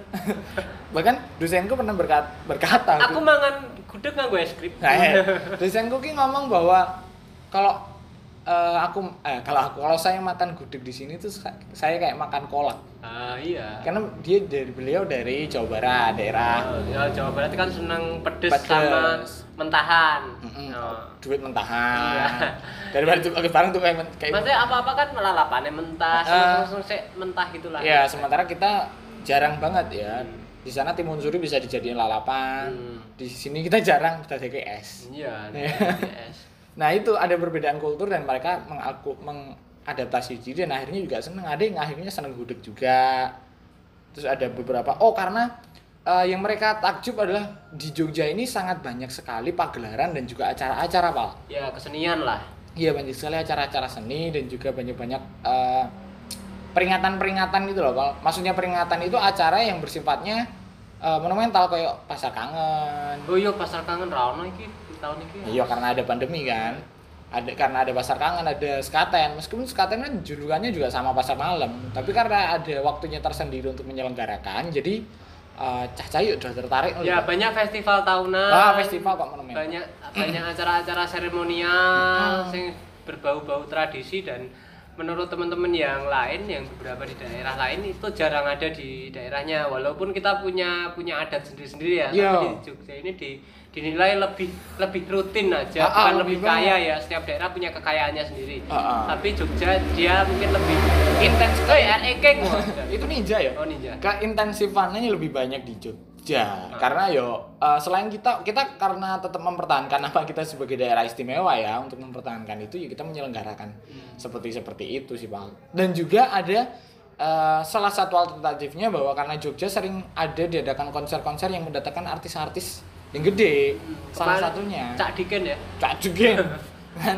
Bahkan dosenku pernah berkata, berkata Aku mangan gudeg nganggo es krim. Nah, eh, dosenku ki ngomong bahwa kalau eh, aku eh, kalau aku kalau saya makan gudeg di sini tuh sa- saya kayak makan kolak. Ah iya. Karena dia dari beliau dari Jawa Barat, daerah Oh, ya Jawa Barat kan seneng pedes, Pedes. sama mentahan. Mm-mm. Oh. duit mentahan. Iya. Daripada tuh pakai barang tuh kayak men- kayak Maksudnya apa-apa kan lalapannya mentah, Ah. langsung sih mentah gitulah. ya, sementara kita jarang banget ya. Hmm. Di sana timun suri bisa dijadiin lalapan. Hmm. Di sini kita jarang kita jadi es. Iya, Iya. yes. Nah, itu ada perbedaan kultur dan mereka mengaku, mengadaptasi diri dan akhirnya juga seneng. Ada yang akhirnya seneng gudeg juga. Terus ada beberapa, oh karena eh, yang mereka takjub adalah di Jogja ini sangat banyak sekali pagelaran dan juga acara-acara, Pak. Ya kesenian lah. Iya, banyak sekali acara-acara seni dan juga banyak-banyak eh, peringatan-peringatan gitu loh, Pak. Maksudnya peringatan itu acara yang bersifatnya eh, monumental kayak Pasar Kangen. Oh iya pasar kangen ra ono iki di tahun iki. Iya, karena ada pandemi kan. Ada karena ada Pasar Kangen, ada Sekaten. Meskipun Sekaten kan julukannya juga sama Pasar Malam, tapi karena ada waktunya tersendiri untuk menyelenggarakan, jadi eh, Cah Cahyuk udah tertarik. Ya Pak. banyak festival tahunan. Ah, festival kok monumental. Banyak banyak acara-acara seremonial yang berbau-bau tradisi dan menurut teman-teman yang lain yang beberapa di daerah lain itu jarang ada di daerahnya walaupun kita punya punya adat sendiri-sendiri ya Iya. tapi di Jogja ini di, dinilai lebih lebih rutin aja Ah, ah, bukan lebih lebih kaya banyak. ya setiap daerah punya kekayaannya sendiri Ah, ah. tapi Jogja dia mungkin lebih Intens oh ya R E K Itu ninja ya? oh ninja Keintensifannya lebih banyak di Jogja. Karena yo eh, selain kita kita karena tetap mempertahankan apa kita sebagai daerah istimewa ya untuk mempertahankan itu ya kita menyelenggarakan seperti seperti itu sih, Bang. Dan juga ada eh, salah satu alternatifnya bahwa karena Jogja sering ada diadakan konser-konser yang mendatangkan artis-artis yang gede. Salah Kemarin satunya Cak Diken ya Cak Juga kan.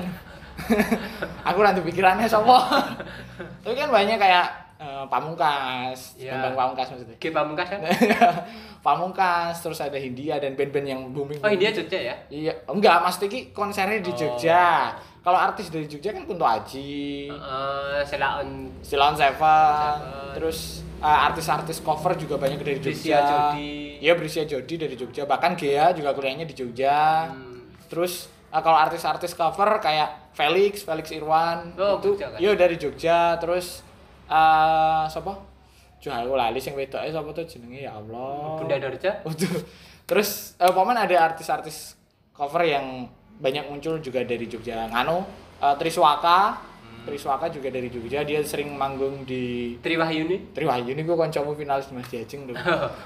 Aku nanti pikirannya sopo. Tapi kan banyak kayak eh, Pamungkas, Iya. Bambang Pamungkas maksudnya. G Pamungkas kan Pamungkas, terus ada Hindia dan band-band yang booming. oh India Jogja ya Iya, enggak, Mas Tiki konsernya di Oh. Jogja. Kalau artis dari Jogja kan Kunto Aji, Eh, Selaon Silon Seven, Seven. terus eh, artis-artis cover juga banyak dari Brisia Jogja. Jodi. Iya, Brisia Jodi dari Jogja. Bahkan Gea juga kuliahnya di Jogja. Hmm. Terus eh, kalau artis-artis cover kayak Felix, Felix Irwan Oh, itu Jogja kan? iya dari Jogja. Terus eh siapa? Juh, aku lali sing wedoke sapa tuh jenenge ya Allah. Bunda Dorja Waduh. Terus eh, paman ada artis-artis cover yang banyak muncul juga dari Jogja. Nganu eh, Triswaka. Hmm. Triswaka juga dari Jogja. Dia sering manggung di Triwahyuni Triwahyuni, gue kancamu finalis Mas Jajeng dulu.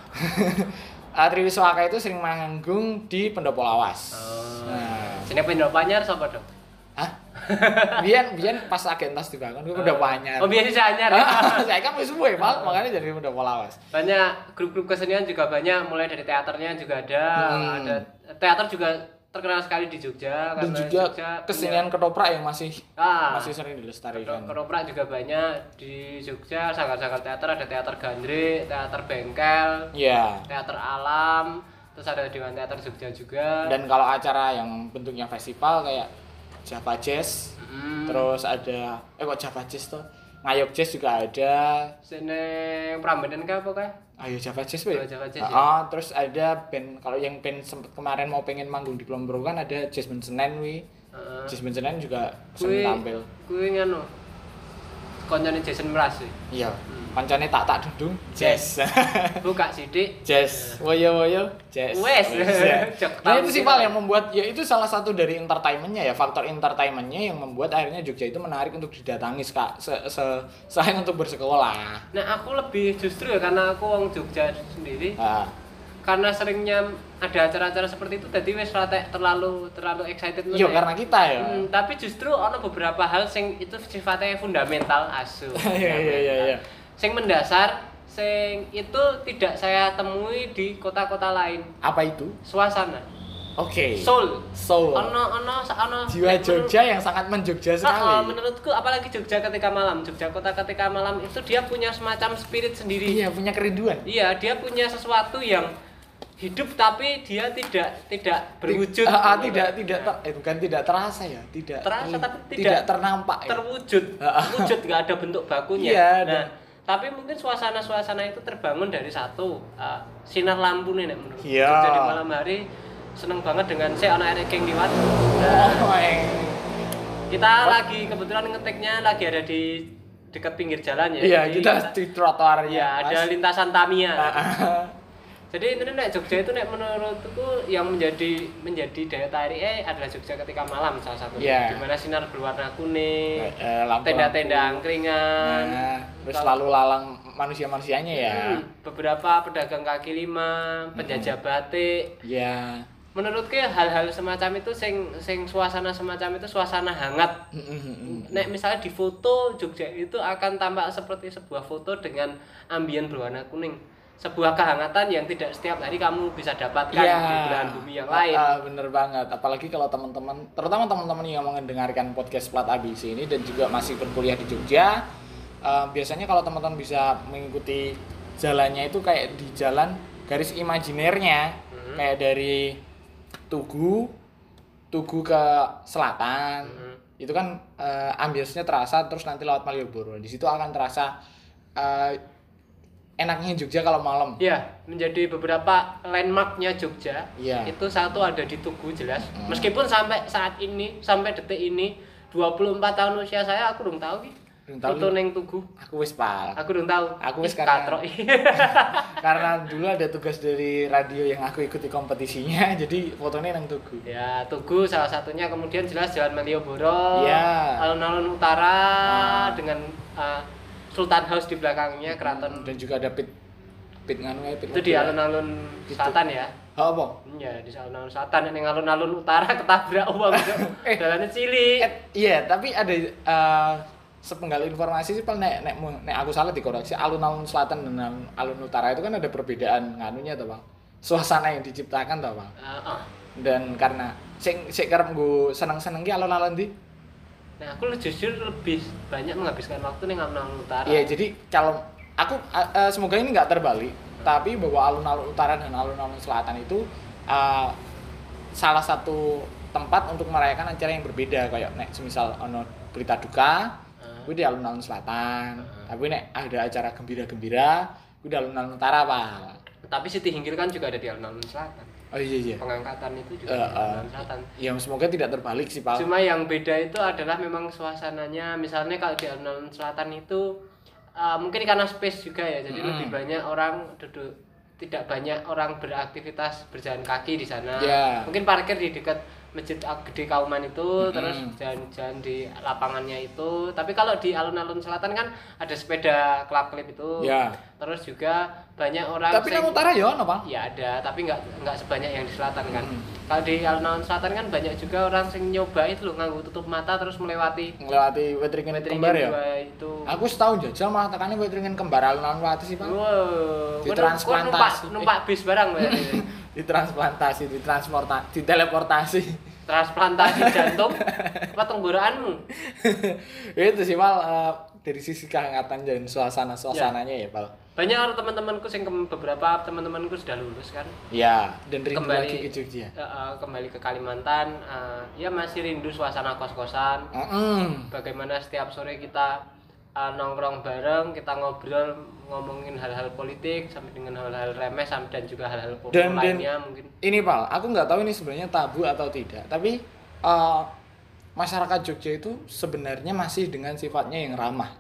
Uh, Triswaka itu sering manggung di Pendopo Lawas. Oh. Nah, Sini Pendopo Anyar sapa dong? hah? Biar biar pas agentas dibangun gue Pendopo Anyar. Oh biasa Anyar ya. Saya kan wis suwe, Pak, makanya jadi Pendopo Lawas. Banyak grup-grup kesenian juga banyak, mulai dari teaternya juga ada. Hmm. Ada teater juga terkenal sekali di Jogja Dan karena juga Jogja kesenian ketoprak yang masih ah, masih sering dilestarikan. ketoprak juga banyak di Jogja, sanggar-sanggar teater ada teater Gandrik, teater Bengkel, Iya. teater Alam, terus ada Dewan Teater Jogja juga. Dan kalau acara yang bentuknya festival kayak Java Jazz, Hmm. terus ada eh kok Java Jazz tuh, Ngayog Jazz juga ada. Sini Prambanan kah apa kah? Ayo Java Jazz, Be. Oh, Java Jazz, ya. Ah, terus ada band, kalau yang band sempet kemarin mau pengen manggung di Klombro kan ada Jasmine Senen wi. Heeh. Jasmine Senen juga Kuwi sering tampil. kuwi nganu. Koncone Jason Mraz. sih. Iya. Hmm. Kancane tak tak dudung jazz. Buka sidik. Jazz. Woyo woyo jazz. Wes. ya. Jok Nah tahu itu sih sih, Pak Pak. yang membuat, ya itu salah satu dari entertainmentnya ya, faktor entertainmentnya yang membuat akhirnya Jogja itu menarik untuk didatangi ska- se, se, selain untuk bersekolah. Nah, aku lebih justru ya karena aku wong Jogja sendiri. Nah, Karena seringnya ada acara-acara seperti itu jadi wis rata terlalu terlalu excited iya meneh. karena kita ya. Hmm, tapi justru ada beberapa hal sing itu sifatnya fundamental asu. Iya iya iya iya. Sing mendasar sing itu tidak saya temui di kota-kota lain. Apa itu? Suasana. Oke. Soul. Soul. Ono ono ono Jiwa Jogja yang sangat menjogja Ah, sekali. ah, menurutku apalagi Jogja ketika malam, Jogja kota ketika malam itu dia punya semacam spirit sendiri. Iya, punya kerinduan. Iya, dia punya sesuatu yang hidup tapi dia tidak tidak berwujud. Ah, ah, tidak tidak ter, eh, bukan tidak terasa ya, tidak terasa ter- tapi tidak, tidak ternampak ya. terwujud. Wujud nggak ada bentuk bakunya. Iya, nah, dan- tapi mungkin suasana-suasana itu terbangun dari satu uh, sinar lampu nih nek menurut. Iya. Jadi malam hari seneng banget dengan saya anak anak geng liwat. Nah, Oh, eh. kita lagi kebetulan ngeteknya lagi ada di dekat pinggir jalan ya. Iya, Jadi kita di trotoarnya. Iya, ada Mas. lintasan Tamiya. Ah, ah. Jadi ini nek Jogja itu nek menurutku yang menjadi menjadi daya tariknya adalah Jogja ketika malam salah satunya. Yeah. Di mana sinar berwarna kuning, Eh, eh, lampu-lampu. tenda-tenda angkringan. Nah, terus Kalau- lalu lalang manusia-manusianya ya. Hmm, beberapa pedagang kaki lima, penjajah batik. Ya. Menurutku ya, hal-hal semacam itu sing sing suasana semacam itu suasana hangat. Nek misalnya di foto Jogja itu akan tampak seperti sebuah foto dengan ambien berwarna kuning. Sebuah kehangatan yang tidak setiap hari kamu bisa dapatkan Ya. di belahan bumi yang lain. Ah, bener banget. Apalagi kalau teman-teman, terutama teman-teman yang mendengarkan podcast Plat A B C ini dan juga masih berkuliah di Jogja, eh, biasanya kalau teman-teman bisa mengikuti jalannya itu kayak di jalan garis imajinernya, Hmm. kayak dari Tugu, Tugu ke selatan. Hmm. Itu kan eh, ambience-nya terasa, terus nanti lewat Malioboro. Di situ akan terasa eh, enaknya Jogja kalau malam. Ya, menjadi beberapa landmarknya Jogja. Iya. Itu satu ada di Tugu jelas. Hmm. Meskipun sampai saat ini, sampai detik ini, dua puluh empat tahun usia saya aku belum tahu ki. Belum tahu, Foto Ki. neng Tugu. Aku wis pal. Aku belum tahu. Aku wis Ih, karena- katrok. Karena dulu ada tugas dari radio yang aku ikuti kompetisinya, jadi fotonya nang Tugu. Ya, Tugu salah satunya, kemudian jelas Jalan Malioboro, Iya. alun-alun utara Ah. dengan uh, Sultan House di belakangnya, keraton. Dan juga ada pit pit nganu ya, pit Itu di mobil. alun-alun Gitu. selatan ya. Oh, apa? Iya, di alun-alun selatan, ning alun-alun utara ketabrak uang. Eh. Jalannya cilik. Eh, iya, tapi ada eh, sepenggal informasi sih, Pal, nek nek nek aku salah dikoreksi, alun-alun selatan dan alun, alun utara itu kan ada perbedaan nganunya tuh, Bang. Suasana yang diciptakan tuh, Bang. Uh, uh. Dan karena sing sik karep nggo seneng-seneng ki alun-alun ndi? Nah, aku justru lebih banyak menghabiskan waktu ning alun-alun utara. Iya, jadi kalau aku uh, uh, semoga ini nggak terbalik, tapi bahwa alun-alun utara dan alun-alun selatan itu uh, salah satu tempat untuk merayakan acara yang berbeda, kayak nek semisal ono berita duka, Uh. gue di alun-alun selatan. Uh. Tapi nek ada acara gembira-gembira, gue di alun-alun utara, Pak. Tapi Siti Hinggil kan juga ada di alun-alun selatan. Oh iya iya. Pengangkatan itu juga Uh, di uh, alun-alun selatan. ya semoga tidak terbalik sih, Pak. Cuma yang beda itu adalah memang suasananya. Misalnya kalau di alun-alun selatan itu uh, mungkin karena space juga ya, jadi Mm. lebih banyak orang duduk, tidak banyak orang beraktivitas berjalan kaki di sana. Ya. Mungkin parkir di dekat Masjid Gede Kauman itu, Mm. terus jalan-jalan di lapangannya itu. Tapi kalau di alun-alun selatan kan ada sepeda klap-klip itu. Ya. Terus juga banyak orang. Tapi nang sing- utara ya ono, Pak. Ya ada, tapi nggak nggak sebanyak yang di selatan kan. Hmm. Kalau di alun-alun selatan kan banyak juga orang yang nyoba itu loh, nganggo tutup mata terus melewati Ngelewati wetringen Wetringen kembar ya. dua itu. Aku setahun jajal malah tekannya wetringen kembar alun-alun Wati sih, Pak. Wow, Ditransplantasi. kok numpak numpak bis barang berarti. Ditransplantasi, ditransportasi, diteleportasi. Transplantasi jantung apa tenggorokanmu? Itu sih, Pal, eh, dari sisi kehangatan dan suasana-suasananya ya, Pal. Banyak orang teman-temanku yang ke- beberapa teman-temanku sudah lulus kan. Ya, dan rindu Kembali lagi ke Jogja. eh, eh, kembali ke Kalimantan, eh, ya masih rindu suasana kos-kosan. Mm-mm. Bagaimana setiap sore kita uh, nongkrong bareng, kita ngobrol, ngomongin hal-hal politik sampai dengan hal-hal remeh sampai dan juga hal-hal pokok Dan, dan lainnya mungkin. ini, Pal, aku nggak tahu ini sebenarnya tabu atau tidak, tapi eh, masyarakat Jogja itu sebenarnya masih dengan sifatnya yang ramah.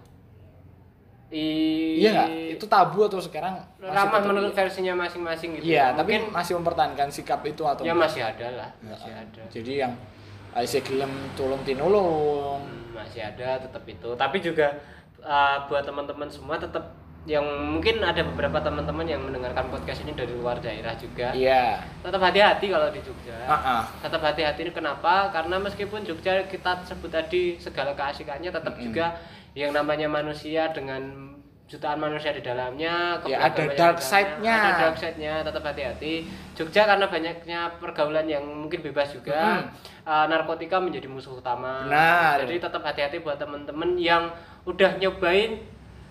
I... Iya nggak? Itu tabu atau sekarang masih ramah tetap- menurut versinya masing-masing gitu. Iya, tapi Mungkin masih mempertahankan sikap itu atau ya enggak? masih ada lah, masih Ya, ada. Jadi yang Aisyah gelem tulung tinulung. Hmm, masih ada tetap itu. Tapi juga uh, buat teman-teman semua tetap yang mungkin ada beberapa teman-teman yang mendengarkan podcast ini dari luar daerah juga. Iya. Tetap hati-hati kalau di Jogja. Ah, ah. Tetap hati-hati ini kenapa? Karena meskipun Jogja kita sebut tadi segala keasikannya, tetap Mm-mm. juga yang namanya manusia dengan jutaan manusia di dalamnya, Ya, ada keberagaman yang dark di dalamnya, side-nya. ada dark side-nya, tetap hati-hati. Jogja karena banyaknya pergaulan yang mungkin bebas juga, Mm. uh, narkotika menjadi musuh utama. Benar. Jadi tetap hati-hati buat teman-teman yang udah nyobain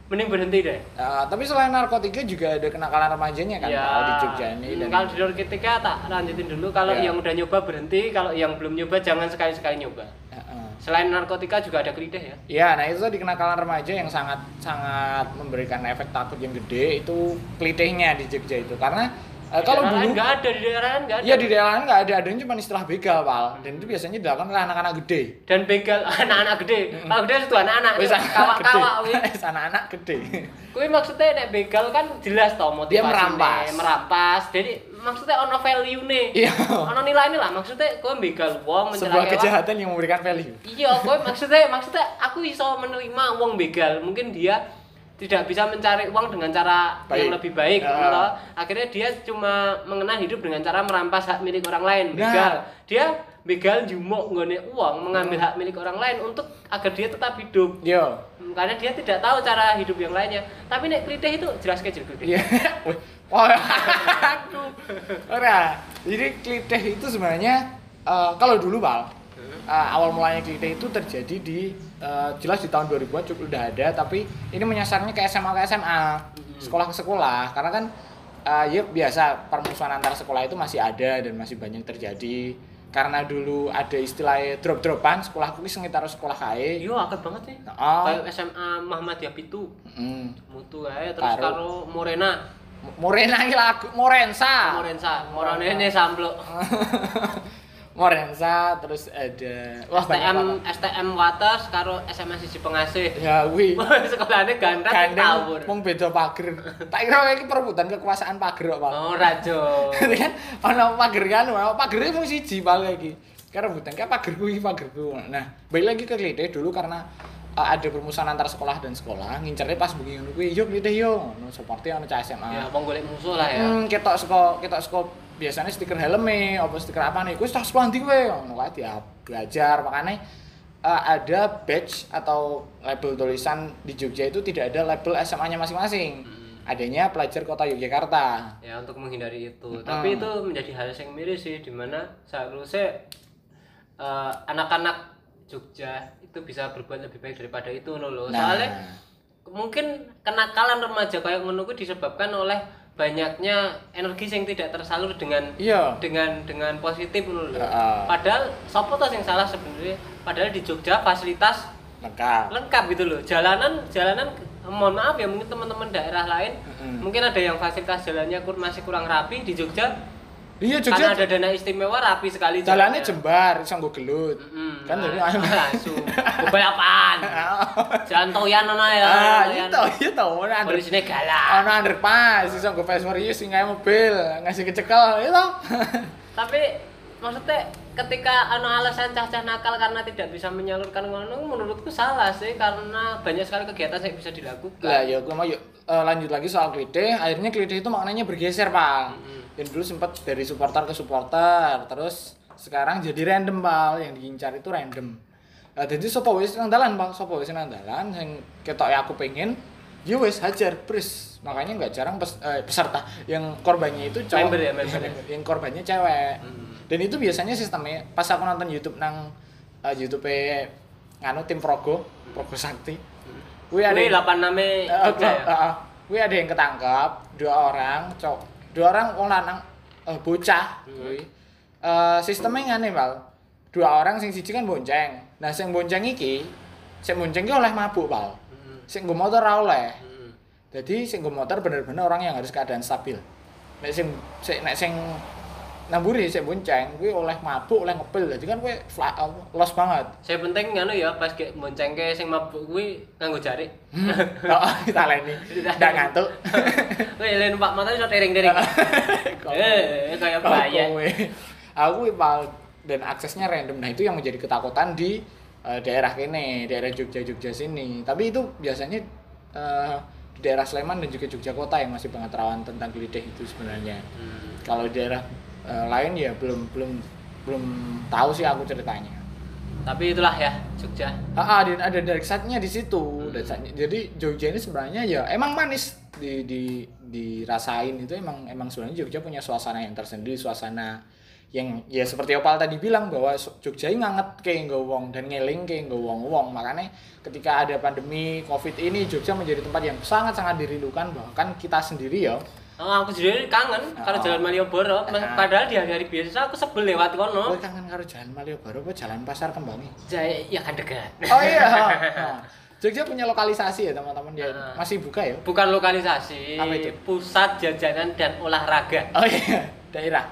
mending berhenti deh. Uh, tapi selain narkotika juga ada kenakalan remajanya kan Ya, Pak, di Jogja ini. hmm, Dan kalau di narkotika tak lanjutin dulu. Kalau Ya. yang udah nyoba berhenti, kalau yang belum nyoba jangan sekali-sekali nyoba. uh, uh. Selain narkotika juga ada klitih ya. Ya, nah itu tadi kenakalan remaja yang sangat sangat memberikan efek takut yang gede itu klitihnya di Jogja itu karena uh, Di kalau daerah lain dulu nggak ada, di daerah lain nggak ada. ya di daerah lain nggak ada, adanya cuma istilah begal Pak. Dan itu biasanya dilakukan oleh anak-anak gede. Dan begal anak-anak gede. Kalau gede itu anak-anak, Wis anak kawak-kawak gede. wis. Wis anak-anak gede. Kuwi maksudnya nek begal kan jelas toh motivasinya Dia merampas. merampas. Jadi maksudnya ono value-ne. Iya. Ono nilainya lah. Maksudnya kowe begal wong Sebuah mencelakai wong. kejahatan yang memberikan value. Iya, kowe maksudnya maksudnya aku iso menerima wong begal. Mungkin dia tidak bisa mencari uang dengan cara Baik. yang lebih baik, Ya. atau akhirnya dia cuma mengenal hidup dengan cara merampas hak milik orang lain. Nah. Begal, dia begal jumuk nggone uang, mengambil hak milik orang lain untuk agar dia tetap hidup. Yo. Karena dia tidak tahu cara hidup yang lainnya. Tapi nek klitih itu jelas kecil klitih. Iya. Wah, aku. Ora. Jadi klitih itu sebenarnya eh, kalau dulu Pak, eh, awal mulanya klitih itu terjadi di eh, jelas di tahun dua ribuan cukup udah ada, tapi ini menyasarnya ke S M A ke S M A, sekolah ke sekolah, karena kan eh, ya biasa permusuhan antar sekolah itu masih ada dan masih banyak terjadi. Karena dulu ada istilah drop-dropan, sekolahku ki sekitar sekolah kae. Iya, akeh banget sih. Oh. Kayak S M A Muhammadiyah Pitu. Mm. Mutu ae terus Karo- karo Morena. Morena iki lagu Morensa. Morensa, Morenene sampluk. Morensa terus ada wah S T M banyak S T M Wates karo S M A siji pengasih. banget. Ya wi. Sekolahane ganteng Gandeng tawur. mung beda pager. Tak kira iki perebutan kekuasaan pager kok, Pak. Ora jo. Jadi kan ana pager kan, pagernya mung siji paling iki. Karena rebutan kayak pagerku iki pagerku. Nah, balik lagi ke klitih dulu karena uh, ada permusuhan antar sekolah dan sekolah, ngincernya pas begini ngono kuwi, yo klitih yo, ngono seperti ana cah S M A. Ya, wong golek musuh lah ya. Hmm, ketok saka ketok saka biasanya stiker helme, apa stiker apa nih, kuwi tak sekolah ndi kowe? Ngono kae dia belajar, makanya uh, ada badge atau label tulisan di Jogja itu tidak ada label S M A-nya masing-masing. Hmm. Adanya pelajar Kota Yogyakarta. Ya, untuk menghindari itu. Hmm. Tapi itu menjadi hal yang miris sih, di mana seharusnya uh, anak-anak Jogja itu bisa berbuat lebih baik daripada itu loh. Nah. Soalnya mungkin kenakalan remaja kayak ngono kuwi disebabkan oleh banyaknya energi yang tidak tersalur dengan Iya. dengan dengan positif ngono lho. Heeh. Padahal sapa toh sing salah sebenarnya? Padahal di Jogja fasilitas Lengkap. lengkap gitu loh. Jalanan jalanan mohon maaf ya, mungkin teman-teman daerah lain Mm-mm. mungkin ada yang fasilitas jalannya kur masih kurang rapi. Di Jogja Iya karena Jogja ada dana istimewa rapi sekali jalannya jembar, iso nggo gelut. Mm-mm. Kan jadi Nah, langsung balapan. Jalan toyan ana ya. Ah, toyan. itu itu ora under. Polisine galak. Ono underpass, iso nggo Fast Furious sing gawe mobil, ngasih kecekel itu. Tapi maksudnya ketika ana alasan cah-cah nakal karena tidak bisa menyalurkan ngono, menurutku salah sih, karena banyak sekali kegiatan yang bisa dilakukan. Lah ya gua mau yuk eh, lanjut lagi soal klitih. Akhirnya klitih itu maknanya bergeser, Pak. Mm-hmm. Dan dulu sempat dari supporter ke supporter, terus sekarang jadi random, Pak. Yang diincar itu random. Nah, jadi sapa wis nang dalan, Pak? Sapa wis nang dalan sing ketoke aku pengen, ya wis hajar, bris. Makanya nggak jarang pes- eh, peserta yang korbannya itu cowok. Member ya, member ya. Yang korbannya cewek. Mm-hmm. Dan itu biasanya sistemnya pas aku nonton YouTube nang uh, YouTube nganu tim Progo, Progo Sakti. Kuwi ada Ini yang- delapan nama Eh, Jogja ya. eh, eh, kuwi ada yang ketangkap, dua orang, cowok, dua orang wong lanang eh, bocah kuwi. Eh, sistemnya ngene, Pak. Dua orang sing siji kan bonceng. Nah, sing bonceng iki, sing bonceng iki oleh mabuk, Pak. Hmm. Sing nggo motor ora oleh. Hmm. Jadi sing nggo motor bener-bener orang yang harus keadaan stabil. Nek sing sing nek sing namburi sing bonceng kuwi oleh mabuk, oleh ngepil. Jadi kan kuwi fla- uh, los banget. Saya penting ngono ya pas kayak boncengke sing mabuk kuwi nganggo jari. Heeh, taleni. Ndak ngantuk. Kowe lek numpak motor iso tering-tering. Eh, kayak bahaya. Kowe. Aku ipal dan aksesnya random. Nah, itu yang menjadi ketakutan di uh, daerah kene, daerah Jogja-Jogja sini. Tapi itu biasanya uh, di daerah Sleman dan juga Jogja kota yang masih banget rawan tentang klitih itu sebenarnya. Hmm. Kalau di daerah uh, lain ya belum belum belum tahu sih aku ceritanya. Tapi itulah ya Jogja. Ah, ada ada dark side-nya di situ. Dark side-nya. Jadi Jogja ini sebenarnya ya emang manis di di dirasain itu emang emang sebenarnya Jogja punya suasana yang tersendiri, suasana yang ya seperti Opal tadi bilang bahwa Jogja ini nganget kayak nggo wong dan ngeling kayak nggo wong-wong. Makanya ketika ada pandemi Covid ini Jogja menjadi tempat yang sangat-sangat dirindukan, bahkan kita sendiri ya. Oh, aku sendiri kangen oh. karo Jalan Malioboro. Nah. Padahal di hari-hari biasa aku sebel lewat kono. Oh, kangen karo Jalan Malioboro apa Jalan Pasar Kembang? Jaya, ya kan dekat. Oh iya. Nah, Jogja punya lokalisasi ya teman-teman ya. Uh, Masih buka ya? Bukan lokalisasi. Apa itu? Pusat jajanan dan olahraga. Oh iya, daerah.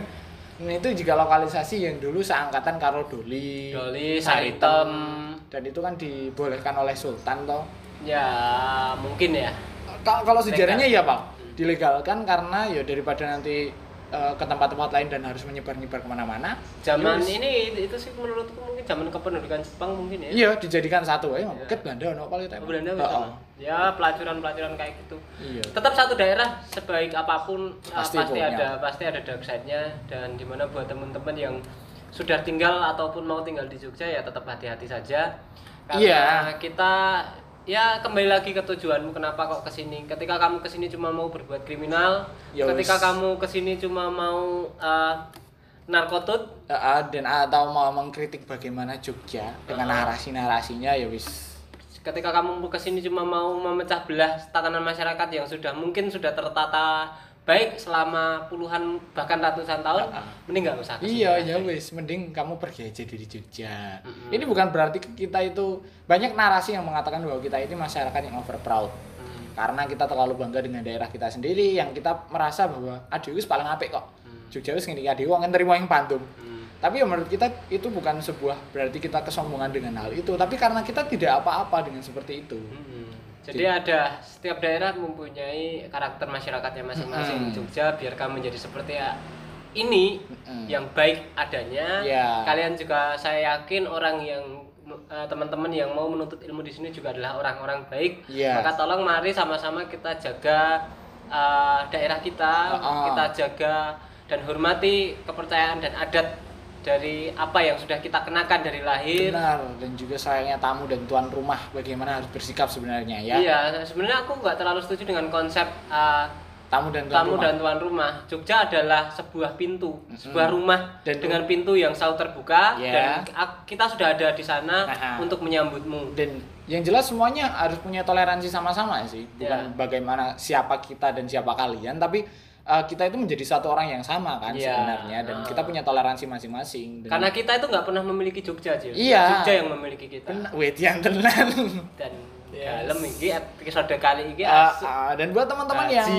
Nah, itu juga lokalisasi yang dulu seangkatan karo Doli, Doli, Saritem, dan itu kan dibolehkan oleh Sultan toh. Ya, mungkin ya. Kalau sejarahnya ya, Pak. Dilegalkan karena ya daripada nanti uh, ke tempat-tempat lain dan harus menyebar-nyebar kemana-mana. Zaman yes. ini itu sih menurutku mungkin zaman kependudukan Jepang mungkin ya. Iya, dijadikan satu aja. Mungkin Belanda ono paling itu. Belanda oh, oh. Ya, pelacuran-pelacuran kayak gitu. Iya. Tetap satu daerah sebaik apapun pasti, uh, pasti ada pasti ada dark side-nya, dan dimana buat teman-teman yang sudah tinggal ataupun mau tinggal di Jogja ya tetap hati-hati saja. Karena iya. kita ya kembali lagi ke tujuanmu, kenapa kok kesini. Ketika kamu kesini cuma mau berbuat kriminal, ya ketika wis. kamu kesini cuma mau uh, narkotut uh, dan atau mau mengkritik bagaimana Jogja dengan uh, narasi-narasinya ya wis. Ketika kamu kesini cuma mau memecah belah tatanan masyarakat yang sudah mungkin sudah tertata baik selama puluhan bahkan ratusan tahun, uh, uh. mending nggak usah kesini. Iya ya wis, mending kamu pergi aja dari Jogja. Mm-hmm. Ini bukan berarti kita itu, banyak narasi yang mengatakan bahwa kita ini masyarakat yang over proud. Mm. Karena kita terlalu bangga dengan daerah kita sendiri, yang kita merasa bahwa aduh wis paling apik kok. Mm. Jogja wis ngene iki adewe wong nerimo yang Bandung. Mm. Tapi ya menurut kita itu bukan sebuah berarti kita kesombongan dengan hal itu, tapi karena kita tidak apa-apa dengan seperti itu. Mm-hmm. Jadi ada setiap daerah mempunyai karakter masyarakatnya masing-masing. Mm. Jogja biarkan menjadi seperti ya ini mm. yang baik adanya. Yeah. Kalian juga saya yakin orang yang uh, teman-teman yang mau menuntut ilmu di sini juga adalah orang-orang baik. Yeah. Maka tolong mari sama-sama kita jaga uh, daerah kita, uh-uh. kita jaga dan hormati kepercayaan dan adat dari apa yang sudah kita kenakan dari lahir. Benar, dan juga sayangnya tamu dan tuan rumah bagaimana harus bersikap sebenarnya ya. Iya, sebenarnya aku nggak terlalu setuju dengan konsep uh, tamu dan tuan tamu rumah. dan tuan rumah. Jogja adalah sebuah pintu, mm-hmm. sebuah rumah dan dengan pintu yang selalu terbuka, yeah. dan kita sudah ada di sana nah, untuk menyambutmu. Dan yang jelas semuanya harus punya toleransi sama-sama sih, bukan yeah. bagaimana siapa kita dan siapa kalian, tapi Uh, kita itu menjadi satu orang yang sama kan yeah. sebenarnya, dan uh. kita punya toleransi masing-masing. Dan karena kita itu nggak pernah memiliki Jogja aja. Iya. Jogja yang memiliki kita. Wait yang tenan. Dan yes. dalam ini episode kali ini uh, uh, dan buat teman-teman yang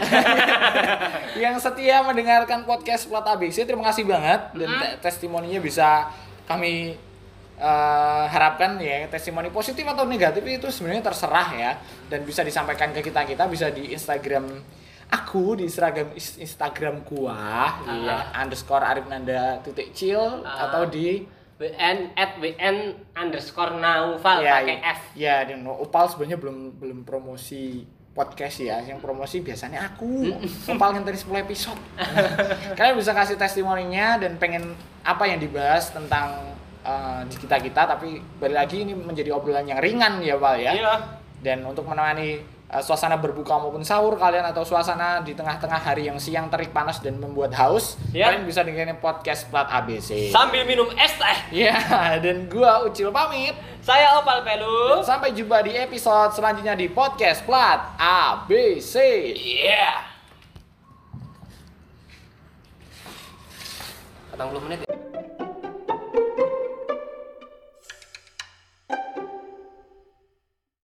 yang setia mendengarkan podcast Plat A B C, terima kasih banget. Dan mm-hmm. testimoninya bisa kami uh, harapkan ya, testimoni positif atau negatif itu sebenarnya terserah ya, dan bisa disampaikan ke kita kita bisa di Instagram aku, di Instagram Instagram gua uh, ya underscore arifnanda titik cil uh, atau di wn at wn underscore naufal ya, pakai f ya. Dan Opal sebenarnya belum belum promosi podcast ya, yang promosi biasanya aku. Opal ngenteni sepuluh episode. Kalian bisa kasih testimoninya dan pengen apa yang dibahas tentang uh, di kita kita, tapi balik lagi ini menjadi obrolan yang ringan ya Pal ya. Iya. Dan untuk menemani Uh, suasana berbuka maupun sahur kalian, atau suasana di tengah-tengah hari yang siang terik panas dan membuat haus, yeah. kalian bisa dengerin podcast Plat A B C sambil minum es teh. Iya, yeah. Dan gua Ucil pamit. Saya Opal Pelu. Sampai jumpa di episode selanjutnya di podcast Plat A B C. Iya. Yeah. empat puluh menit ya.